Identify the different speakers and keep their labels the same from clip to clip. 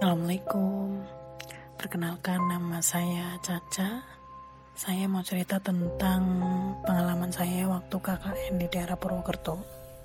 Speaker 1: Assalamualaikum. Perkenalkan, nama saya Caca. Saya mau cerita tentang pengalaman saya waktu KKN di daerah Purwokerto.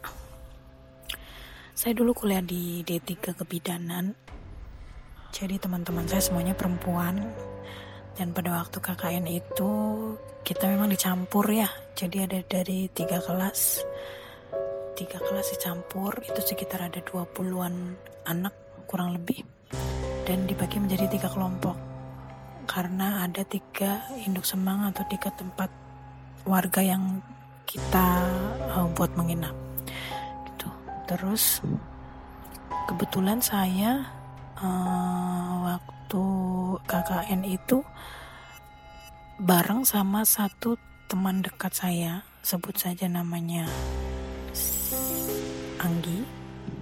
Speaker 1: Saya dulu kuliah di D3 Kebidanan. Jadi teman-teman saya semuanya perempuan. Dan pada waktu KKN itu kita memang dicampur ya. Jadi ada dari 3 kelas dicampur. Itu sekitar ada 20-an anak kurang lebih. Dan dibagi menjadi 3 kelompok karena ada 3 induk semang atau 3 tempat warga yang kita buat menginap gitu. Terus kebetulan saya waktu KKN itu bareng sama satu teman dekat saya, sebut saja namanya Anggi.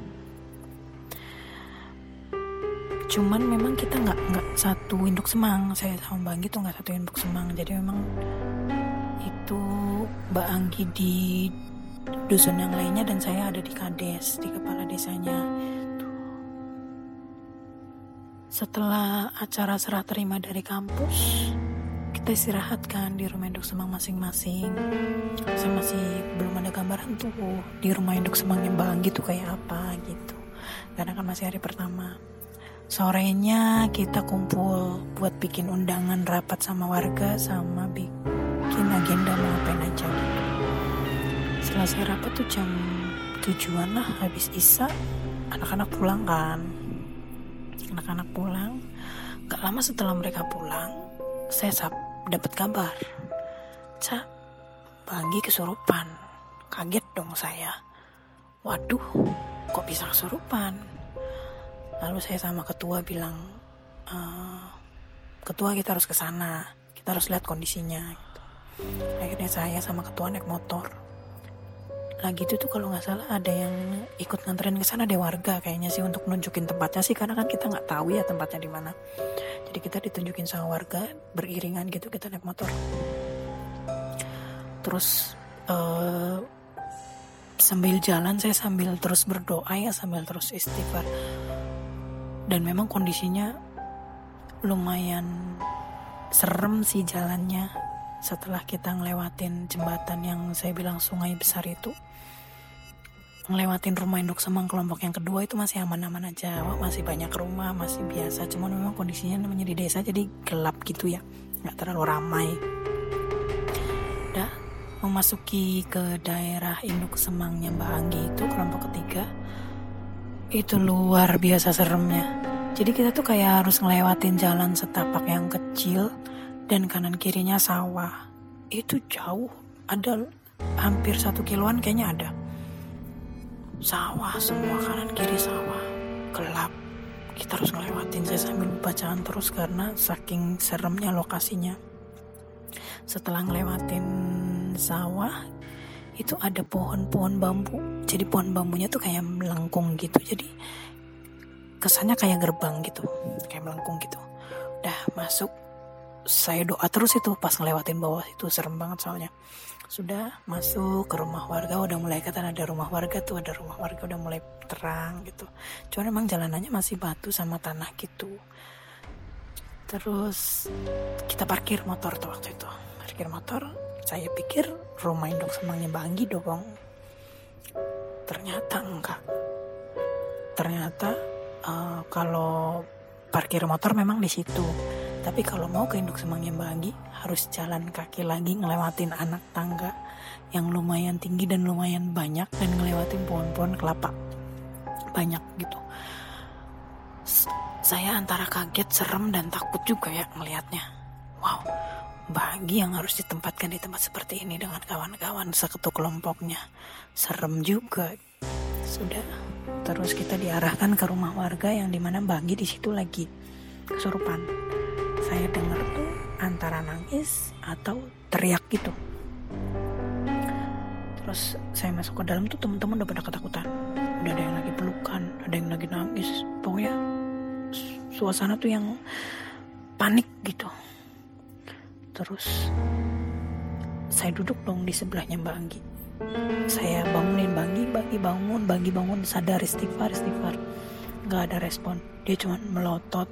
Speaker 1: Cuman memang kita nggak satu induk semang. Saya sama Mbak Anggi tuh nggak satu induk semang. Jadi memang itu Mbak Anggi di dusun yang lainnya dan saya ada di Kades, di kepala desanya. Setelah acara serah terima dari kampus, kita istirahat kan di rumah induk semang masing-masing. Saya masih belum ada gambaran tuh di rumah induk semangnya Mbak Anggi tuh kayak apa gitu. Karena kan masih hari pertama. Sorenya kita kumpul buat bikin undangan rapat sama warga sama bikin agenda mau ngapain aja gitu. Selesai rapat tuh jam 7-an lah, habis isya anak-anak pulang kan. Anak-anak pulang. Gak lama setelah mereka pulang, saya dapat kabar, Ca, Banggi kesurupan. Kaget dong saya. Waduh, kok bisa kesurupan? Lalu saya sama ketua bilang, ketua kita harus ke sana, kita harus lihat kondisinya. Gitu. Akhirnya saya sama ketua naik motor. Lagi itu tuh kalau nggak salah ada yang ikut nganterin ke sana, ada warga kayaknya sih untuk nunjukin tempatnya sih, karena kan kita nggak tahu ya tempatnya di mana. Jadi kita ditunjukin sama warga beriringan gitu, kita naik motor. Terus sambil jalan saya sambil terus berdoa ya, sambil terus istighfar. Dan memang kondisinya lumayan serem sih jalannya setelah kita ngelewatin jembatan yang saya bilang sungai besar itu. Ngelewatin rumah induk semang kelompok yang kedua itu masih aman-aman aja. Wah, masih banyak rumah, masih biasa. Cuman memang kondisinya namanya di desa jadi gelap gitu ya, gak terlalu ramai. Udah memasuki ke daerah induk semangnya Mbak Anggi itu kelompok ketiga. Itu luar biasa seremnya. Jadi kita tuh kayak harus ngelewatin jalan setapak yang kecil dan kanan kirinya sawah. Itu jauh, ada hampir 1 kiloan kayaknya ada. Sawah semua, kanan kiri sawah, gelap. Kita harus ngelewatin, saya sambil bacaan terus karena saking seremnya lokasinya. Setelah ngelewatin sawah, itu ada pohon-pohon bambu. Jadi pohon bambunya tuh kayak melengkung gitu. Jadi kesannya kayak gerbang gitu, kayak melengkung gitu. Udah masuk, saya doa terus itu pas ngelewatin bawah itu, serem banget soalnya. Sudah masuk ke rumah warga, udah mulai kelihatan ada rumah warga tuh, ada rumah warga udah mulai terang gitu. Cuma emang jalanannya masih batu sama tanah gitu. Terus kita parkir motor tuh waktu itu. Parkir motor, saya pikir rumah induk semangnya Mbak Anggi dong. Ternyata enggak. Ternyata kalau parkir motor memang di situ. Tapi kalau mau ke induk semangnya Mbak Anggi harus jalan kaki lagi, ngelewatin anak tangga yang lumayan tinggi dan lumayan banyak, dan ngelewatin pohon-pohon kelapa banyak gitu. Saya antara kaget, serem, dan takut juga ya melihatnya. Wow, Mbak Anggi yang harus ditempatkan di tempat seperti ini dengan kawan-kawan satu kelompoknya. Serem juga. Sudah, terus kita diarahkan ke rumah warga yang dimana Mbak Anggi di situ lagi kesurupan. Saya dengar tuh antara nangis atau teriak gitu. Terus saya masuk ke dalam tuh, teman-teman udah pada ketakutan. Udah ada yang lagi pelukan, ada yang lagi nangis. Pokoknya suasana tuh yang panik gitu. Terus saya duduk dong di sebelahnya Mbak Anggi. Saya bangunin Banggi bangun, sadar, istighfar. gak ada respon. Dia cuma melotot,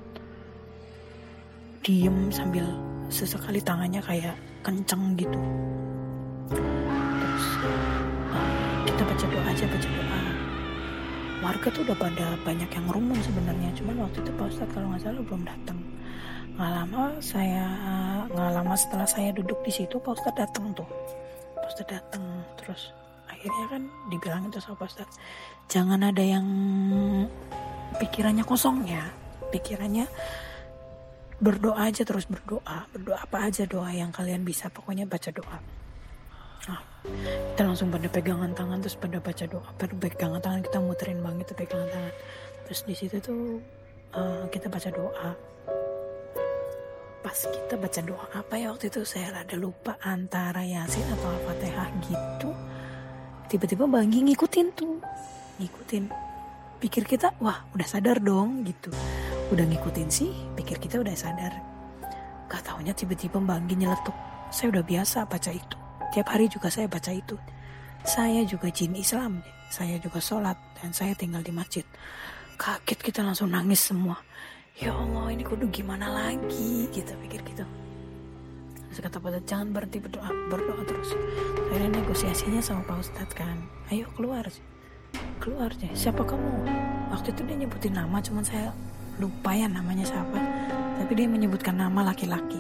Speaker 1: diem sambil sesekali tangannya kayak kenceng gitu. Terus kita baca doa aja, baca doa. Warga tuh udah pada banyak yang ngerumun sebenarnya, cuman waktu itu Pak Ustadz kalau nggak salah belum datang. Nggak lama setelah saya duduk di situ Pak Ustadz datang tuh. Pak Ustadz datang, terus akhirnya kan dibilangin tuh sama Pak Ustadz, jangan ada yang pikirannya kosong ya, pikirannya berdoa aja, terus berdoa apa aja, doa yang kalian bisa, pokoknya baca doa. Kita langsung pada pegangan tangan, terus pada baca doa, pada pegangan tangan, kita muterin banget tuh pegangan tangan. Terus di situ tuh kita baca doa. Pas kita baca doa apa ya waktu itu saya rada lupa, antara Yasin atau Al-Fatihah gitu. Tiba-tiba Banggi ngikutin. Pikir kita, wah udah sadar dong gitu. Udah ngikutin sih, pikir kita udah sadar. Gak taunya tiba-tiba Banggi nyeletuk. Saya udah biasa baca itu. Tiap hari juga saya baca itu. Saya juga jin Islam, saya juga sholat, dan saya tinggal di masjid. Kaget kita langsung nangis semua. Ya Allah, ini kudu gimana lagi? Gitu pikir gitu. Terus kata Pak Ustadz, jangan berhenti berdoa terus. Akhirnya negosiasinya sama Pak Ustadz kan. Ayo keluar sih. Siapa kamu? Waktu itu dia nyebutin nama, cuman saya lupa ya namanya siapa. Tapi dia menyebutkan nama laki-laki.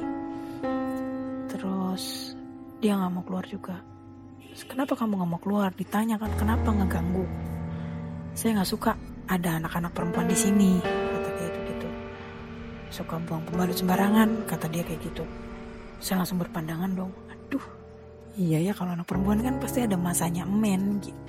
Speaker 1: Terus dia nggak mau keluar juga. Kenapa kamu nggak mau keluar? Ditanya kan, kenapa ngeganggu? Saya nggak suka ada anak-anak perempuan di sini, kata dia gitu. Suka buang pembalut sembarangan, kata dia kayak gitu. Saya langsung berpandangan dong. Aduh, iya ya, kalau anak perempuan kan pasti ada masanya men gitu.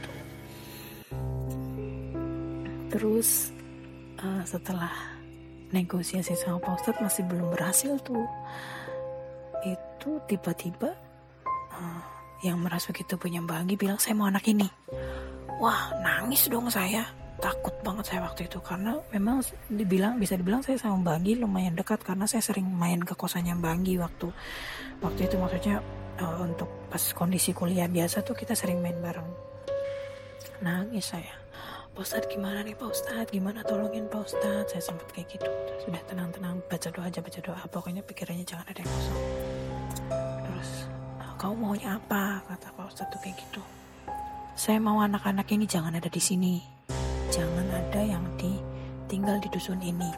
Speaker 1: Terus setelah negosiasi sama Pak Ustadz masih belum berhasil tuh. Itu tiba-tiba yang merasuk itu punya Mbak Anggi bilang, saya mau anak ini. Wah, nangis dong saya. Takut banget saya waktu itu, karena memang bisa dibilang saya sama Mbak Anggi lumayan dekat, karena saya sering main ke kosannya Mbak Anggi waktu itu, maksudnya untuk pas kondisi kuliah biasa tuh kita sering main bareng. Nangis saya. Pak Ustadz gimana nih Pak Ustadz, gimana tolongin Pak Ustadz, saya sempat kayak gitu. Sudah tenang, baca doa, pokoknya pikirannya jangan ada yang kosong. Terus kamu maunya apa, kata Pak Ustadz tuh kayak gitu. Saya mau anak-anak ini jangan ada di sini, jangan ada yang tinggal di dusun ini.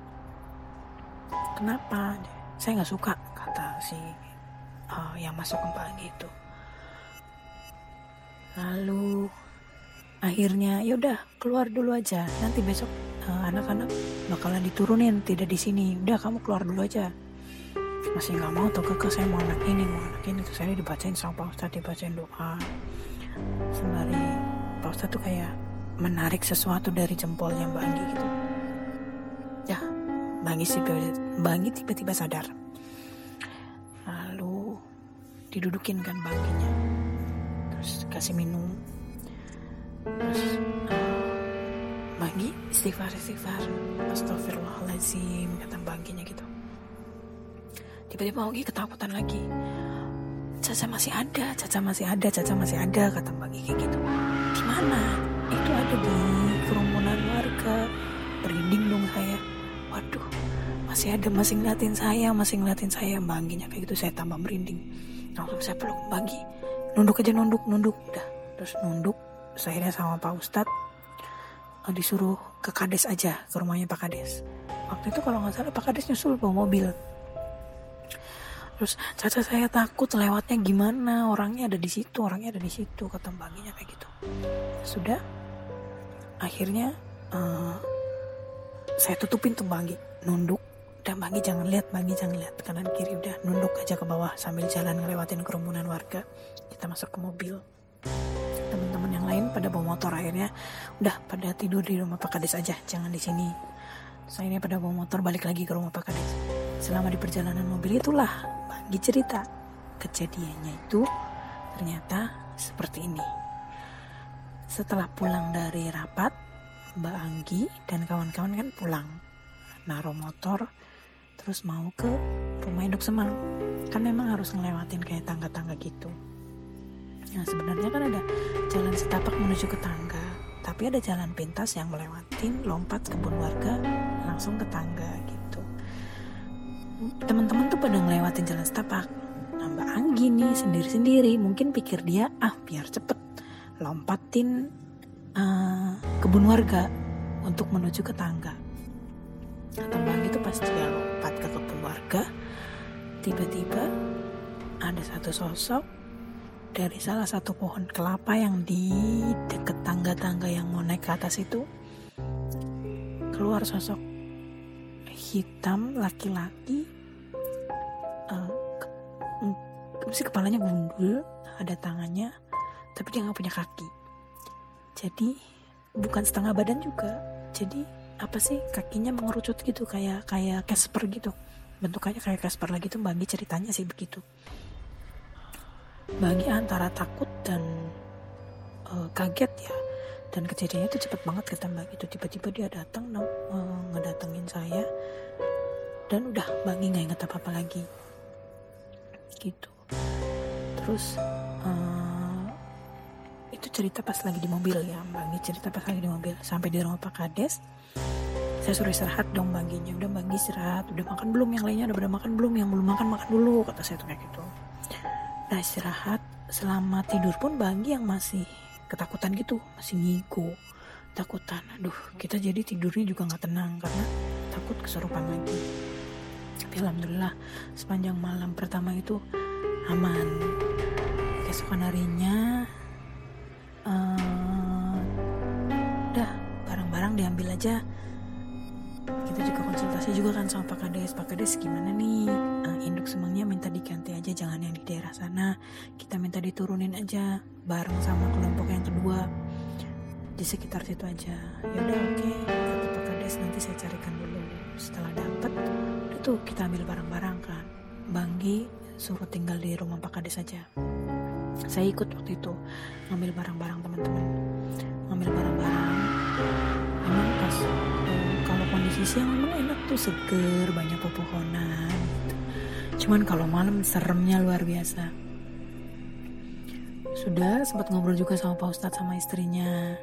Speaker 1: Kenapa? Saya nggak suka, kata si yang masuk ke Mbak gitu. Lalu akhirnya yaudah keluar dulu aja, nanti besok anak-anak bakalan diturunin, tidak di sini. Udah kamu keluar dulu aja. Masih nggak mau tuh, kekeh saya mau anak ini. Terus saya dibacain sama Pak Ustadz, dibacain doa. Sembari Pak Ustadz tuh kayak menarik sesuatu dari jempolnya Mbak Anggi gitu. Ya, Mbak Anggi tiba-tiba sadar. Lalu didudukin kan Mbak Angginya, terus kasih minum. Terus Mbak Anggi istighfar, astagfirullahaladzim, kata Mbak Angginya gitu. Tiba-tiba Mbak Anggi ketakutan lagi. Caca masih ada, kata Mbak Anggi kayak gitu. Di mana? Itu ada di kerumunan warga. Merinding dong saya. Waduh, masih ngeliatin saya. Mbak Angginya kayak gitu, saya tambah merinding. Langsung saya peluk Mbak Anggi. Nunduk. Udah, terus nunduk. Terus akhirnya sama Pak Ustadz disuruh ke Kades aja, ke rumahnya Pak Kades. Waktu itu kalau nggak salah Pak Kades nyusul bawa mobil. Terus Caca saya takut lewatnya gimana, orangnya ada di situ, kata Mbak Angginya kayak gitu. Sudah, akhirnya saya tutupin tuh Mbak Anggi, nunduk. Udah Mbak Anggi jangan lihat kanan kiri, udah nunduk aja ke bawah sambil jalan ngelewatin kerumunan warga. Kita masuk ke mobil. Teman-teman yang lain pada bawa motor, akhirnya udah pada tidur di rumah Pak Kades aja, jangan di sini. Saya ini pada bawa motor balik lagi ke rumah Pak Kades. Selama di perjalanan mobil itulah Mbak Anggi cerita kejadiannya itu ternyata seperti ini. Setelah pulang dari rapat, Mbak Anggi dan kawan-kawan kan pulang, naruh motor, terus mau ke rumah induk Semang. Kan memang harus ngelewatin kayak tangga-tangga gitu. Nah sebenarnya kan ada jalan setapak menuju ke tangga, tapi ada jalan pintas yang melewatin, lompat kebun warga langsung ke tangga gitu. Teman-teman tuh pada ngelewatin jalan setapak. Nah, Mbak Anggi nih sendiri-sendiri, mungkin pikir dia biar cepet lompatin kebun warga untuk menuju ke tangga. Kata Mbak Anggi tuh pas dia lompat ke kebun warga, tiba-tiba ada satu sosok dari salah satu pohon kelapa yang di deket tangga-tangga yang mau naik ke atas itu. Keluar sosok hitam laki-laki, kepalanya gundul, ada tangannya, tapi dia nggak punya kaki. Jadi bukan setengah badan juga. Jadi apa sih, kakinya mengerucut gitu, kayak Casper gitu. Bentukannya kayak Casper lagi tuh. Bagi ceritanya sih begitu. Bagi antara takut dan kaget ya. Dan kejadiannya itu cepet banget kata Mbak gitu. Tiba-tiba dia datang ngedatengin saya. Dan udah Bagi gak inget apa-apa lagi gitu. Terus itu cerita pas lagi di mobil ya. Bagi cerita pas lagi di mobil. Sampai di rumah Pak Kades, saya suruh istirahat dong Baginya. Udah Bagi istirahat. Udah makan belum? Yang lainnya udah pada makan belum? Yang belum makan dulu, kata saya tuh kayak gitu. Nah istirahat. Selama tidur pun Bagi yang masih ketakutan gitu, masih ngigo, takutan. Aduh, kita jadi tidurnya juga nggak tenang karena takut kesurupan lagi. Tapi alhamdulillah sepanjang malam pertama itu aman. Keesokan harinya udah barang-barang diambil aja. Kita juga konsultasi juga kan sama Pak Kades gimana nih, induk semangnya minta diganti aja, jangan yang di daerah sana, kita minta diturunin aja bareng sama kelompok yang kedua di sekitar situ aja. Ya udah oke, kata Pak Kades, nanti saya carikan dulu. Setelah dapat itu kita ambil barang-barang kan. Banggi suruh tinggal di rumah Pak Kades aja. Saya ikut waktu itu ngambil barang-barang teman-teman, ngambil barang-barang. Memang pas kalau kondisi siang memang enak tuh, seger, banyak pepohonan gitu. Cuman kalau malam seremnya luar biasa. Sudah sempat ngobrol juga sama Pak Ustadz sama istrinya.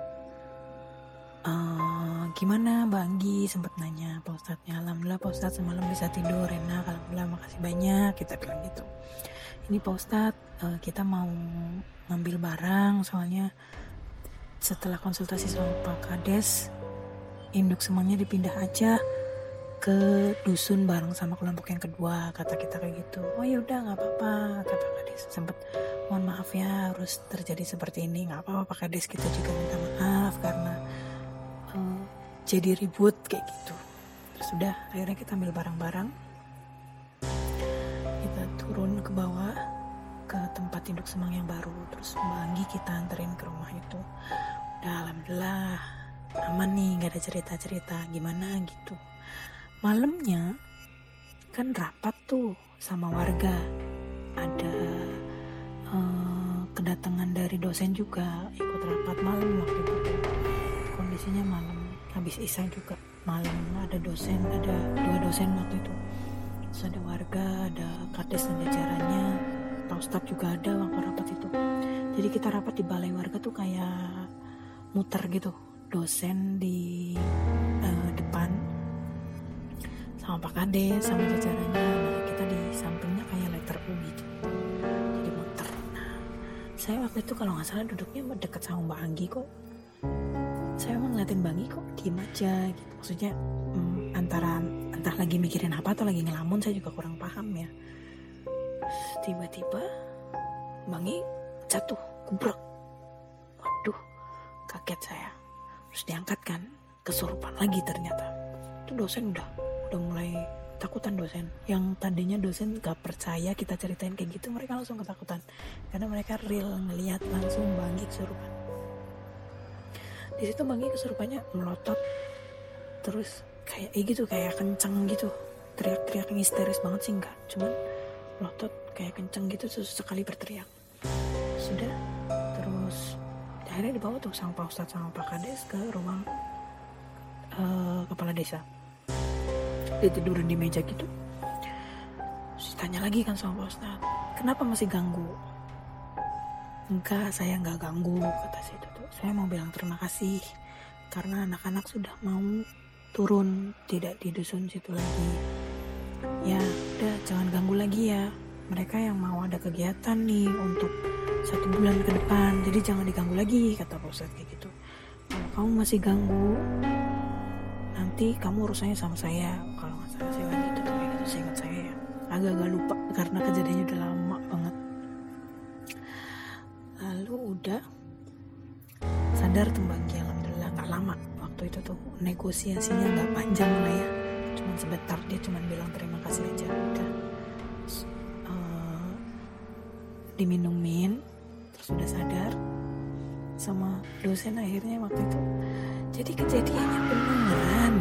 Speaker 1: Gimana Mbak Anggi, sempat nanya Pak Ustadznya. Alhamdulillah Pak Ustadz semalam bisa tidur enak, alhamdulillah, makasih banyak, kita bilang gitu. Ini Pak Ustadz, kita mau ngambil barang, soalnya setelah konsultasi sama Pak Kades, induk semangnya dipindah aja ke dusun bareng sama kelompok yang kedua, kata kita kayak gitu. Oh ya udah nggak apa-apa, kata Pak Kades. Sempet mohon maaf ya harus terjadi seperti ini, nggak apa-apa Pak Kades, kita juga minta maaf karena jadi ribut kayak gitu. Terus udah akhirnya kita ambil barang-barang, kita turun ke bawah ke tempat induk semang yang baru. Terus Mbak Anggi kita anterin ke rumah itu. Udah alhamdulillah aman nih, gak ada cerita-cerita gimana gitu. Malamnya kan rapat tuh sama warga, ada kedatangan dari dosen juga ikut rapat malam waktu itu. Kondisinya malam, habis isya juga malam, ada dosen, ada 2 dosen waktu itu. Terus ada warga, ada kades dan jajarannya, Pak Ustadz juga ada waktu rapat itu. Jadi kita rapat di balai warga tuh kayak muter gitu, dosen di depan sama Pak Kades sama jajarannya. Nah kita di sampingnya kayak letter U gitu, jadi muter. Nah saya waktu itu kalau nggak salah duduknya deket sama Mbak Anggi kok. Saya emang ngeliatin Mbak Anggi kok diem aja gitu, maksudnya entah lagi mikirin apa atau lagi ngelamun, saya juga kurang paham ya. Tiba-tiba Mbak Anggi jatuh, gubrak. Waduh, kaget saya. Terus diangkat kan, kesurupan lagi ternyata. Itu dosen udah mulai takutan. Dosen yang tadinya dosen gak percaya kita ceritain kayak gitu, mereka langsung ketakutan karena mereka real ngelihat langsung Mbak Anggi kesurupan. Di situ Mbak Anggi kesurupannya melotot terus kayak gitu, kayak kenceng gitu, teriak-teriak yang histeris banget sih enggak, cuman melotot kayak kenceng gitu, terus sekali berteriak. Sudah, terus akhirnya dibawa tuh sama Pak Ustadz sama Pak Kades ke ruang kepala desa. Dia tiduran di meja gitu. Terus ditanya lagi kan sama Pak Ustadz, kenapa masih ganggu? Enggak, saya enggak ganggu, kata si itu tuh. saya mau bilang terima kasih karena anak-anak sudah mau turun, tidak di dusun situ lagi. Ya udah, jangan ganggu lagi ya, mereka yang mau ada kegiatan nih untuk 1 bulan ke depan, jadi jangan diganggu lagi, kata Pak Ustadz kayak gitu. Kalau kamu masih ganggu, nanti kamu urusannya sama saya. Kalau nggak salah saya lagi gitu, kayak gitu seingat saya ya, agak-agak lupa karena kejadiannya udah lama banget. Lalu udah sadar tuh Mbak Anggi, alhamdulillah nggak lama waktu itu tuh, negosiasinya nggak panjang lah ya, cuman sebentar, dia cuman bilang terima kasih aja, udah. Diminumin, terus udah sadar sama dosen akhirnya waktu itu. Jadi kejadiannya beneran.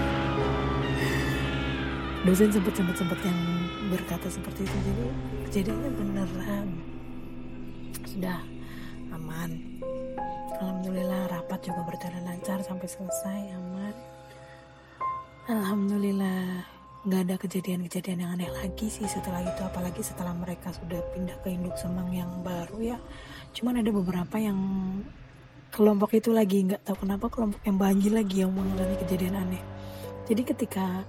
Speaker 1: Dosen sempet yang berkata seperti itu, jadi kejadiannya beneran. Sudah aman, alhamdulillah. Rapat juga berjalan lancar sampai selesai, aman, alhamdulillah. Nggak ada kejadian-kejadian yang aneh lagi sih setelah itu, apalagi setelah mereka sudah pindah ke induk semang yang baru ya. Cuman ada beberapa yang kelompok itu lagi, nggak tahu kenapa kelompok yang Mbak lagi yang mengalami kejadian aneh. Jadi ketika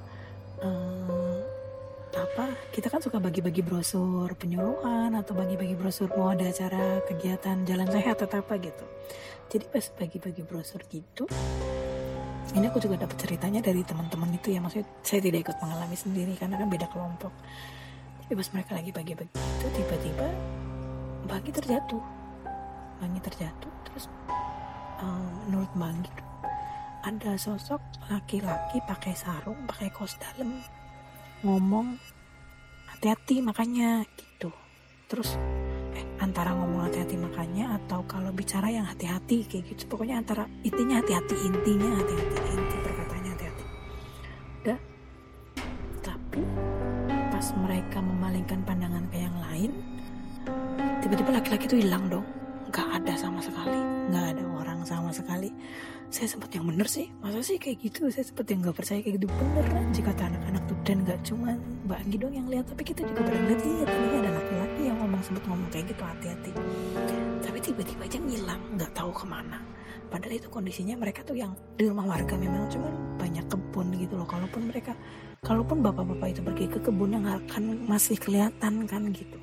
Speaker 1: kita kan suka bagi-bagi brosur penyuluhan atau bagi-bagi brosur mau ada acara kegiatan jalan sehat atau apa gitu. Jadi pas bagi-bagi brosur gitu, ini aku juga dapat ceritanya dari teman-teman itu ya, maksudnya saya tidak ikut mengalami sendiri karena kan beda kelompok. Tapi pas mereka lagi bagi-bagi itu, tiba-tiba Banggi terjatuh. Terus menurut Banggi ada sosok laki-laki pakai sarung, pakai kaos dalam, ngomong hati-hati makanya gitu. Terus antara ngomong hati-hati makanya atau kalau bicara yang hati-hati kayak gitu, pokoknya antara intinya hati-hati, inti perkataannya hati-hati. Udah, tapi pas mereka memalingkan pandangan ke yang lain, tiba-tiba laki-laki itu hilang dong, nggak ada sama sekali, nggak ada orang sama sekali. Saya sempat yang bener sih, masa sih kayak gitu, saya sempat yang nggak percaya kayak gitu, beneran sih kata anak-anak tuh. Dan nggak cuma Mbak Anggi dong yang lihat, tapi kita juga pada lihat, iya tadinya ada laki-laki yang sempat ngomong kayak gitu, hati-hati. Tapi tiba-tiba aja ngilang, nggak tahu kemana. Padahal itu kondisinya mereka tuh yang di rumah warga memang, cuman banyak kebun gitu loh. Kalaupun bapak-bapak itu pergi ke kebun yang akan masih kelihatan kan gitu.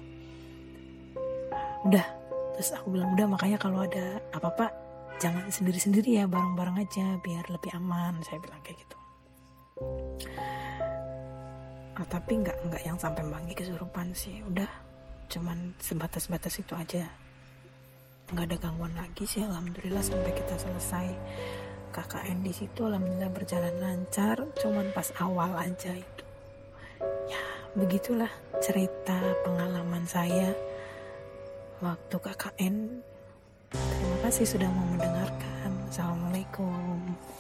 Speaker 1: Udah, terus aku bilang udah, makanya kalau ada apa-apa jangan sendiri-sendiri ya, bareng-bareng aja biar lebih aman, saya bilang kayak gitu. Tapi nggak yang sampai Banggi kesurupan sih, udah cuman sebatas itu aja, nggak ada gangguan lagi sih, alhamdulillah. Sampai kita selesai KKN di situ, alhamdulillah berjalan lancar. Cuman pas awal aja itu ya begitulah cerita pengalaman saya waktu KKN. Terima kasih sudah mau mendengarkan. Assalamualaikum.